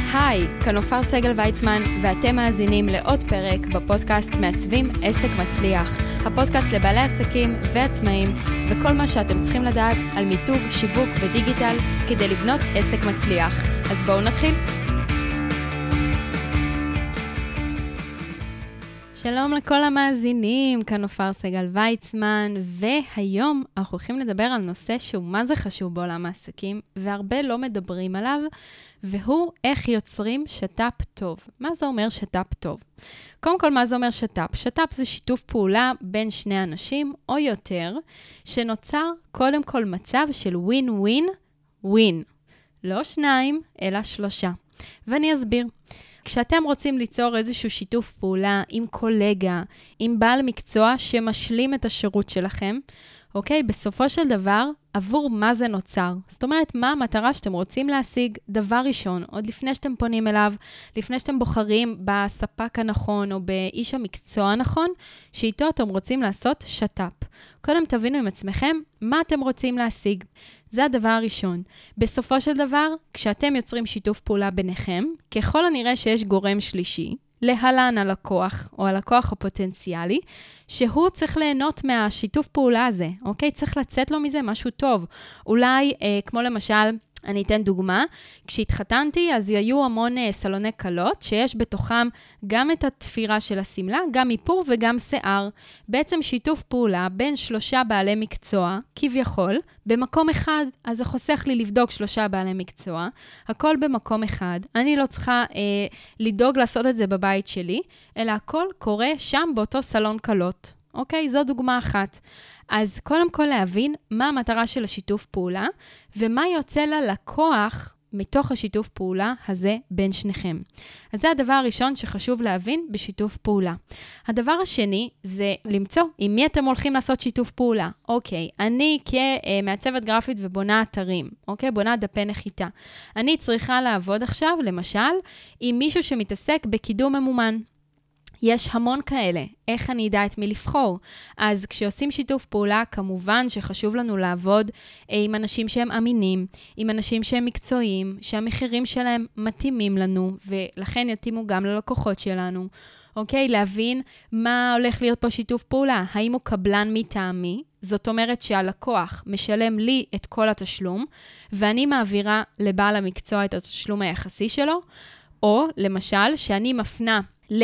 היי, כאן עופר סגל ויצמן, ואתם מאזינים לעוד פרק בפודקאסט מעצבים עסק מצליח. הפודקאסט לבעלי עסקים ועצמאים, וכל מה שאתם צריכים לדעת על מיתוג, שיווק ודיגיטל כדי לבנות עסק מצליח. אז בואו נתחיל. שלום לכל המאזינים, כאן עופר סגל ויצמן, והיום אנחנו הולכים לדבר על נושא שהוא מה זה חשוב בעולם העסקים, והרבה לא מדברים עליו, והוא איך יוצרים שת"פ טוב. מה זה אומר שת"פ טוב? קודם כל, מה זה אומר שת"פ? שת"פ זה שיתוף פעולה בין שני אנשים או יותר, שנוצר קודם כל מצב של ווין ווין ווין. לא שניים, אלא שלושה. ואני אסביר. כשאתם רוצים ליצור איזשהו שיתוף פעולה עם קולגה, עם בעל מקצוע שמשלים את השירות שלכם, אוקיי? בסופו של דבר, עבור מה זה נוצר? זאת אומרת, מה המטרה שאתם רוצים להשיג? דבר ראשון, עוד לפני שאתם פונים אליו, לפני שאתם בוחרים בספק הנכון או באיש המקצוע הנכון, שאיתו אתם רוצים לעשות שת"פ. קודם תבינו עם עצמכם מה אתם רוצים להשיג. זה הדבר הראשון. בסופו של דבר, כשאתם יוצרים שיתוף פעולה ביניכם, ככל הנראה שיש גורם שלישי, להלן הלקוח או הלקוח הפוטנציאלי, שהוא צריך ליהנות מהשיתוף פעולה הזה, אוקיי? צריך לצאת לו מזה משהו טוב. אולי, כמו למשל, אני אתן דוגמה, כשהתחתנתי אז היו המון סלוני קלות, שיש בתוכם גם את התפירה של הסמלה, גם איפור וגם שיער. בעצם שיתוף פעולה בין שלושה בעלי מקצוע, כביכול, במקום אחד. אז זה חוסך לי לבדוק שלושה בעלי מקצוע, הכל במקום אחד. אני לא צריכה לדאוג לעשות את זה בבית שלי, אלא הכל קורה שם באותו סלון קלות. אוקיי? זו דוגמה אחת. אז קודם כל להבין מה המטרה של השיתוף פעולה, ומה יוצא ללקוח מתוך השיתוף פעולה הזה בין שניכם. אז זה הדבר הראשון שחשוב להבין בשיתוף פעולה. הדבר השני זה למצוא עם מי אתם הולכים לעשות שיתוף פעולה. אוקיי, אני כמעצבת גרפית ובונה אתרים, אוקיי, בונה דפי נחיתה. אני צריכה לעבוד עכשיו, למשל, עם מישהו שמתעסק בקידום ממומן. יש המון כאלה, איך אני אדע את מי לבחור? אז כשעושים שיתוף פעולה, כמובן שחשוב לנו לעבוד עם אנשים שהם אמינים, עם אנשים שהם מקצועיים, שהמחירים שלהם מתאימים לנו, ולכן יתאימו גם ללקוחות שלנו. אוקיי? להבין מה הולך להיות פה שיתוף פעולה. האם הוא קבלן מטעמי? זאת אומרת שהלקוח משלם לי את כל התשלום, ואני מעבירה לבעל המקצוע את התשלום היחסי שלו, או למשל שאני מפנה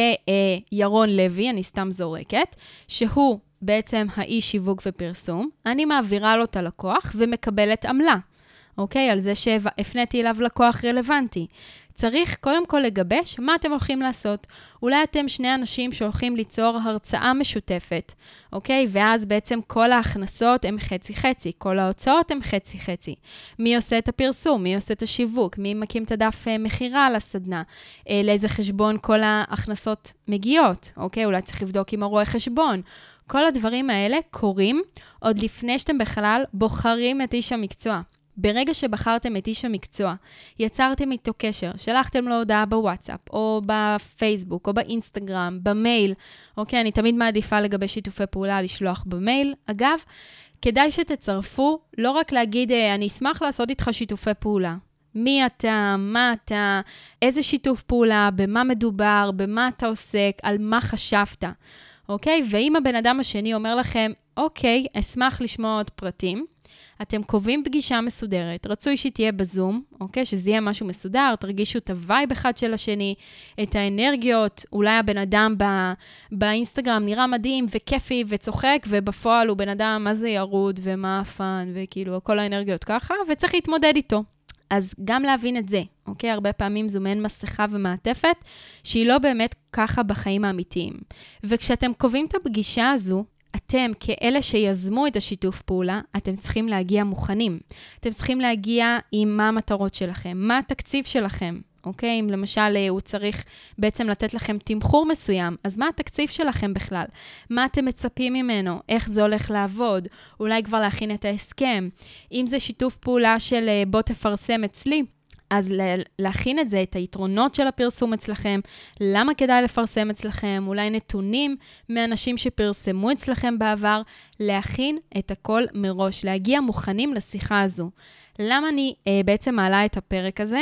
לירון לוי, אני סתם זורקת, שהוא בעצם האיש שיווק ופרסום, אני מעבירה לו את הלקוח ומקבלת עמלה, אוקיי? על זה שהפניתי אליו לקוח רלוונטי. צריך קודם כל לגבש מה אתם הולכים לעשות. אולי אתם שני אנשים שהולכים ליצור הרצאה משותפת, אוקיי? ואז בעצם כל ההכנסות הם חצי-חצי, כל ההוצאות הם חצי-חצי. מי עושה את הפרסום? מי עושה את השיווק? מי מקים את הדף מחירה על הסדנה? לאיזה חשבון כל ההכנסות מגיעות, אוקיי? אולי צריך לבדוק עם הרואה חשבון. כל הדברים האלה קורים עוד לפני שאתם בכלל בוחרים את איש המקצוע. ברגע שבחרתם את איש המקצוע, יצרתם איתו קשר, שלחתם לו הודעה בוואטסאפ, או בפייסבוק, או באינסטגרם, במייל, אוקיי, אני תמיד מעדיפה לגבי שיתופי פעולה לשלוח במייל. אגב, כדאי שתצרפו, לא רק להגיד, אני אשמח לעשות איתך שיתופי פעולה. מי אתה, מה אתה, איזה שיתוף פעולה, במה מדובר, במה אתה עוסק, על מה חשבת, אוקיי? ואם הבן אדם השני אומר לכם, אוקיי, אשמח לשמוע עוד פרטים, אתם קובעים פגישה מסודרת, רצוי שתהיה בזום, אוקיי? שזה יהיה משהו מסודר, תרגישו את הווייב אחד של השני, את האנרגיות, אולי הבן אדם באינסטגרם נראה מדהים וכיפי וצוחק, ובפועל הוא בן אדם מה זה ירוד ומה הפן, וכאילו כל האנרגיות ככה, וצריך להתמודד איתו. אז גם להבין את זה, אוקיי? הרבה פעמים זו מעין מסכה ומעטפת, שהיא לא באמת ככה בחיים האמיתיים. וכשאתם קובעים את הפגישה הזו, אתם, כאלה שיזמו את השיתוף פעולה, אתם צריכים להגיע מוכנים. אתם צריכים להגיע עם מה המטרות שלכם, מה התקציב שלכם, אוקיי? אם למשל הוא צריך בעצם לתת לכם תמחור מסוים, אז מה התקציב שלכם בכלל? מה אתם מצפים ממנו? איך זה הולך לעבוד? אולי כבר להכין את ההסכם. אם זה שיתוף פעולה של בוא תפרסם אצלי, אז להכין את זה, את היתרונות של הפרסום אצלכם, למה כדאי לפרסם אצלכם, אולי נתונים מאנשים שפרסמו אצלכם בעבר, להכין את הכל מראש, להגיע מוכנים לשיחה הזו. למה אני בעצם מעלה את הפרק הזה,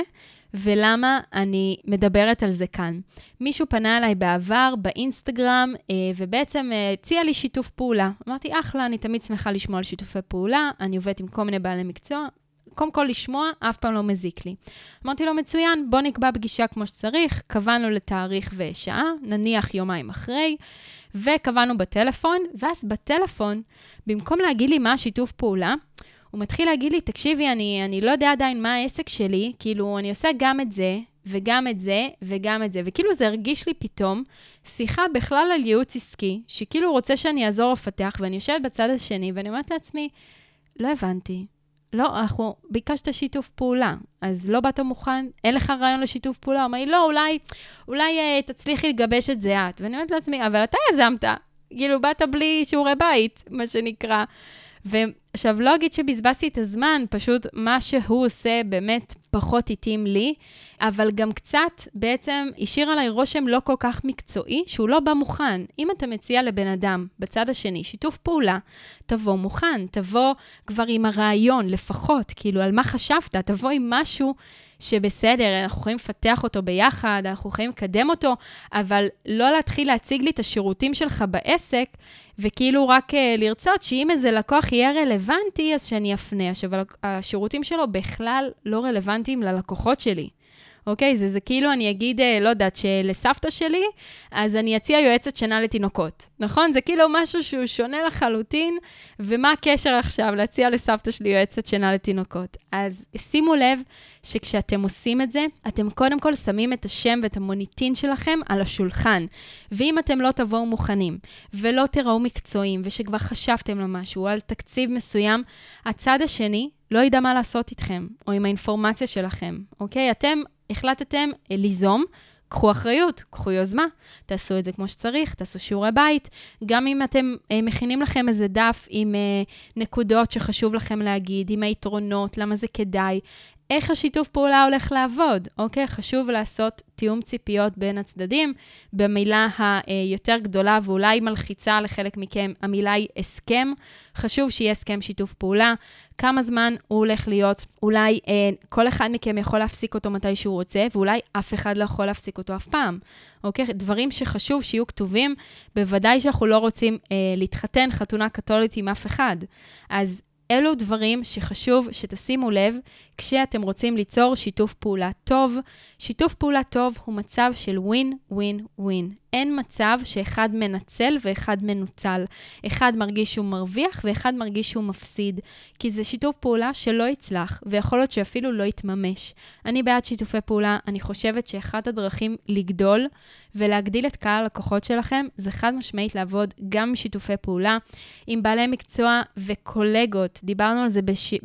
ולמה אני מדברת על זה כאן. מישהו פנה אליי בעבר, באינסטגרם, ובעצם הציע לי שיתוף פעולה. אמרתי, אחלה, אני תמיד שמחה לשמוע על שיתופי פעולה, אני עובדת עם כל מיני בעלי מקצוע, קודם כל לשמוע, אף פעם לא מזיק לי. אמרתי לו, מצוין, בוא נקבע פגישה כמו שצריך, קבענו לתאריך ושעה, נניח יומיים אחרי, וקבענו בטלפון, ואז בטלפון, במקום להגיד לי מה השיתוף פעולה, הוא מתחיל להגיד לי, תקשיבי, אני לא יודע עדיין מה העסק שלי, כאילו אני עושה גם את זה, וגם את זה, וגם את זה, וכאילו זה הרגיש לי פתאום, שיחה בכלל על ייעוץ עסקי, שכאילו הוא רוצה שאני אעזור לפתח, ואני יושבת בצד השני, ואני אומרת לעצמי, לא הבנתי. לא, ביקשת שיתוף פעולה, אז לא באת מוכן, אין לך רעיון לשיתוף פעולה, הוא אומר לי, לא, אולי תצליחי לגבש את זה את, ואני אומרת לעצמי, אבל אתה יזמת, כאילו באת בלי שיעורי בית, מה שנקרא, ועכשיו לא אגיד שבזבזתי את הזמן, פשוט מה שהוא עושה באמת פחות התאים לי, אבל גם קצת בעצם השאיר עליי רושם לא כל כך מקצועי, שהוא לא בא מוכן. אם אתה מציע לבן אדם בצד השני שיתוף פעולה, תבוא מוכן, תבוא כבר עם הרעיון לפחות, כאילו על מה חשבת, תבוא עם משהו שבסדר, אנחנו יכולים לפתח אותו ביחד, אנחנו יכולים לקדם אותו, אבל לא להתחיל להציג לי את השירותים שלך בעסק, וכאילו רק לרצות שאם איזה לקוח יהיה רלוונטי, אז שאני אפנה. עכשיו, השירותים שלו בכלל לא רלוונטיים ללקוחות שלי. אוקיי? זה כאילו אני אגיד, לא יודעת, שלסבתא שלי, אז אני אציע יועצת שינה לתינוקות. נכון? זה כאילו משהו שהוא שונה לחלוטין, ומה הקשר עכשיו להציע לסבתא שלי יועצת שינה לתינוקות? אז שימו לב שכשאתם עושים את זה, אתם קודם כל שמים את השם ואת המוניטין שלכם על השולחן. ואם אתם לא תבואו מוכנים, ולא תראו מקצועיים, ושכבר חשבתם למשהו, על תקציב מסוים, הצד השני לא ידע מה לעשות איתכם, או עם האינפורמציה שלכם. אוקיי? אתם החלטתם ליזום, קחו אחריות, קחו יוזמה, תעשו את זה כמו שצריך, תעשו שיעורי בית, גם אם אתם מכינים לכם איזה דף עם נקודות שחשוב לכם להגיד, עם היתרונות, למה זה כדאי, איך השיתוף פעולה הולך לעבוד, אוקיי? חשוב לעשות תיאום ציפיות בין הצדדים, במילה היותר גדולה ואולי מלחיצה לחלק מכם, המילה היא הסכם, חשוב שיהיה הסכם שיתוף פעולה, כמה זמן הוא הולך להיות, אולי כל אחד מכם יכול להפסיק אותו מתי שהוא רוצה, ואולי אף אחד לא יכול להפסיק אותו אף פעם, אוקיי? דברים שחשוב שיהיו כתובים, בוודאי שאנחנו לא רוצים להתחתן חתונה קתולית עם אף אחד, אז אלו דברים שחשוב שתשימו לב כשאתם רוצים ליצור שיתוף פעולה טוב. שיתוף פעולה טוב הוא מצב של ווין, ווין, ווין. אין מצב שאחד מנצל ואחד מנוצל. אחד מרגיש שהוא מרוויח ואחד מרגיש שהוא מפסיד. כי זה שיתוף פעולה שלא יצלח ויכול להיות שאפילו לא יתממש. אני בעד שיתופי פעולה. אני חושבת שאחת הדרכים לגדול ולהגדיל את קהל הלקוחות שלכם זה חד משמעית לעבוד גם עם שיתופי פעולה, עם בעלי מקצוע וקולגות. דיברנו על זה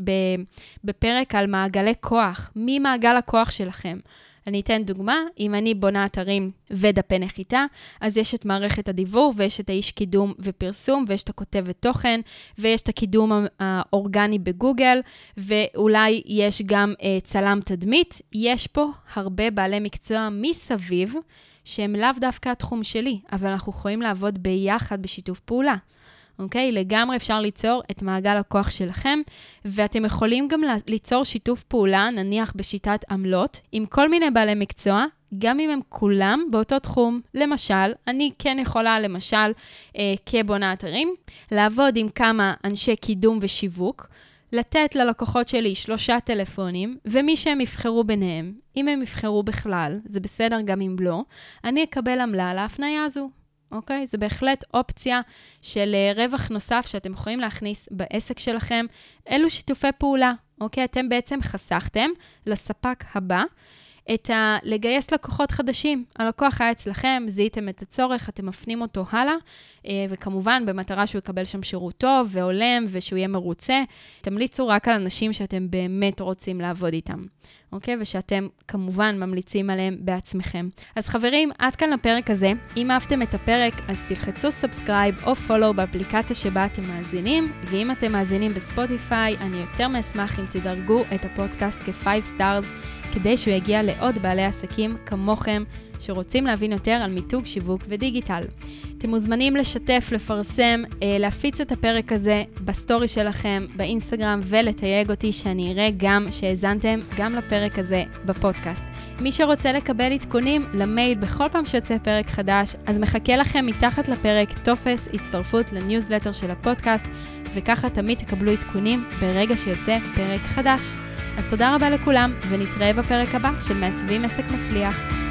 בפרק על מעגלי כוח. מי מעגל הכוח שלכם? אני אתן דוגמה, אם אני בונה אתרים ודפי נחיתה, אז יש את מערכת הדיבור, ויש את האיש קידום ופרסום, ויש את הכותבת תוכן, ויש את הקידום האורגני בגוגל, ואולי יש גם צלם תדמית. יש פה הרבה בעלי מקצוע מסביב, שהם לאו דווקא התחום שלי, אבל אנחנו יכולים לעבוד ביחד בשיתוף פעולה. אוקיי? לגמרי אפשר ליצור את מעגל הכוח שלכם, ואתם יכולים גם ליצור שיתוף פעולה, נניח בשיטת עמלות, עם כל מיני בעלי מקצוע, גם אם הם כולם באותו תחום. למשל, אני כן יכולה, למשל, כבונה אתרים, לעבוד עם כמה אנשי קידום ושיווק, לתת ללקוחות שלי 3 טלפונים, ומי שהם יבחרו ביניהם, אם הם יבחרו בכלל, זה בסדר גם אם לא, אני אקבל עמלה להפניה הזו. אוקיי? זה בהחלט אופציה של רווח נוסף שאתם יכולים להכניס בעסק שלכם. אלו שיתופי פעולה, אוקיי? אתם בעצם חסכתם לספק הבא לגייס לקוחות חדשים. הלקוח היה אצלכם, זיהיתם את הצורך, אתם מפנים אותו הלאה, וכמובן במטרה שהוא יקבל שם שירות טוב והולם ושהוא יהיה מרוצה. תמליצו רק על אנשים שאתם באמת רוצים לעבוד איתם. אוקיי? ושאתם כמובן ממליצים עליהם בעצמכם. אז חברים, עד כאן לפרק הזה. אם אהבתם את הפרק, אז תלחצו סאבסקרייב או פולו באפליקציה שבה אתם מאזינים, ואם אתם מאזינים בספוטיפיי, אני יותר מאשמח אם תדרגו את הפודקאסט כ5 stars, כדי שהוא יגיע לעוד בעלי עסקים כמוכם שרוצים להבין יותר על מיתוג, שיווק ודיגיטל. אתם מוזמנים לשתף, לפרסם, להפיץ את הפרק הזה בסטורי שלכם, באינסטגרם, ולתייג אותי שאני אראה גם שהזנתם גם לפרק הזה בפודקאסט. מי שרוצה לקבל עדכונים למייל בכל פעם שיוצא פרק חדש, אז מחכה לכם מתחת לפרק טופס הצטרפות לניוזלטר של הפודקאסט, וככה תמיד תקבלו עדכונים ברגע שיוצא פרק חדש. אז תודה רבה לכולם, ונתראה בפרק הבא של מעצבים עסק מצליח.